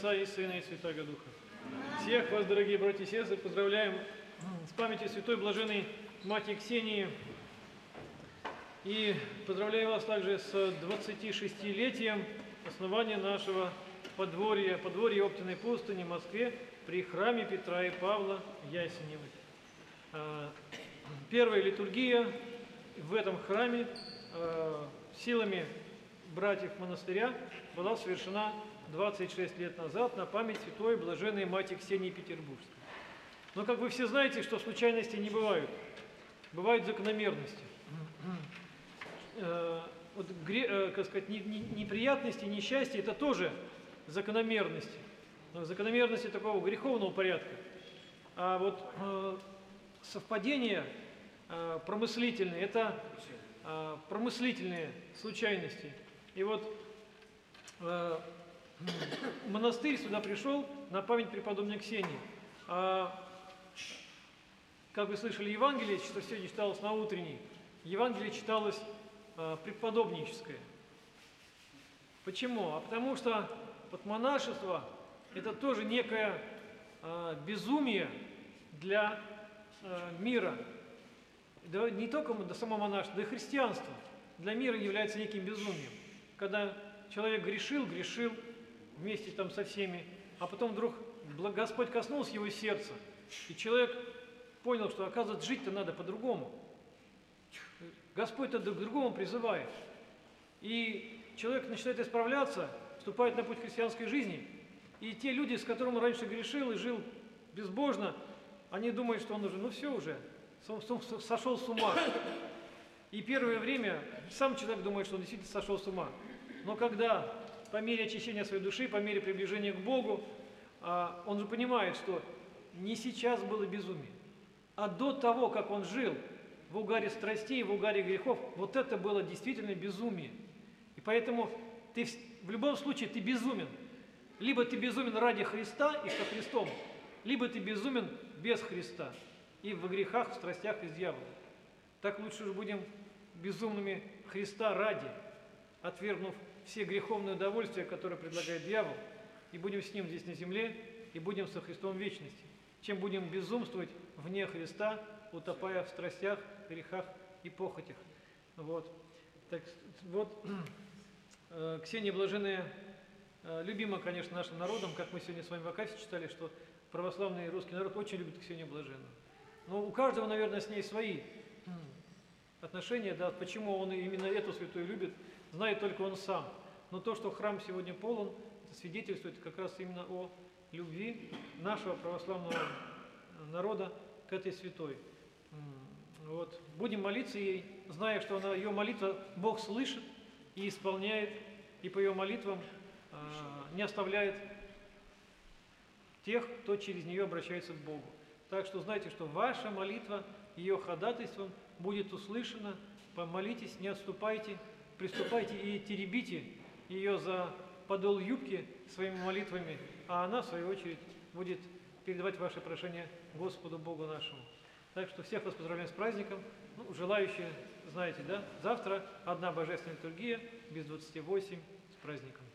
Отца и Сына и Святаго Духа. Всех вас, дорогие братья и сестры, поздравляем с памятью Святой Блаженной Матери Ксении. И поздравляю вас также с 26-летием основания нашего подворья Оптиной пустыни в Москве при храме Петра и Павла Ясеневых. Первая литургия в этом храме силами братьев монастыря была совершена 26 лет назад на память Святой Блаженной Матери Ксении Петербургской. Но, как вы все знаете, что случайности не бывают, бывают закономерности. Как сказать, неприятности, несчастья – это тоже закономерности. Но закономерности такого греховного порядка. А вот совпадения промыслительные – это промыслительные случайности. И вот монастырь сюда пришел на память преподобной Ксении. Как вы слышали, Евангелие, что сегодня читалось на утренней, Евангелие читалось преподобническое. Почему? А потому что вот монашество – это тоже некое безумие для мира. Да, не только само монашество, да и христианство для мира является неким безумием. Когда человек грешил вместе там со всеми, а потом вдруг Господь коснулся его сердца, и человек понял, что, оказывается, жить-то надо по-другому. Господь-то к другому призывает. И человек начинает исправляться, вступает на путь христианской жизни, и те люди, с которыми он раньше грешил и жил безбожно, они думают, что он уже, ну все уже, сошел с ума. И первое время сам человек думает, что он действительно сошел с ума. Но когда по мере очищения своей души, по мере приближения к Богу, он же понимает, что не сейчас было безумие, а до того, как он жил в угаре страстей, в угаре грехов, вот это было действительно безумие. И поэтому ты в любом случае ты безумен. Либо ты безумен ради Христа и со Христом, либо ты безумен без Христа и в грехах, в страстях и с дьяволом. Так лучше уж будем безумными Христа ради, отвергнув все греховные удовольствия, которые предлагает дьявол, и будем с ним здесь на земле, и будем со Христом в вечности, чем будем безумствовать вне Христа, утопая в страстях, грехах и похотях. Вот. Так вот, Ксения Блаженная любима, конечно, нашим народом, как мы сегодня с вами в Акафе читали, что православный русский народ очень любит Ксению Блаженную. Но у каждого, наверное, с ней свои отношения, да, почему он именно эту святую любит, знает только он сам. Но то, что храм сегодня полон, это свидетельствует как раз именно о любви нашего православного народа к этой святой. Вот. Будем молиться ей, зная, что ее молитва Бог слышит и исполняет, и по ее молитвам не оставляет тех, кто через нее обращается к Богу. Так что знайте, что ваша молитва, ее ходатайством будет услышана. Помолитесь, не отступайте, приступайте и теребите ее за подол юбки своими молитвами, а она, в свою очередь, будет передавать ваши прошения Господу Богу нашему. Так что всех вас поздравляем с праздником. Ну, желающие, знаете, да? Завтра одна божественная литургия, без 28, с праздником.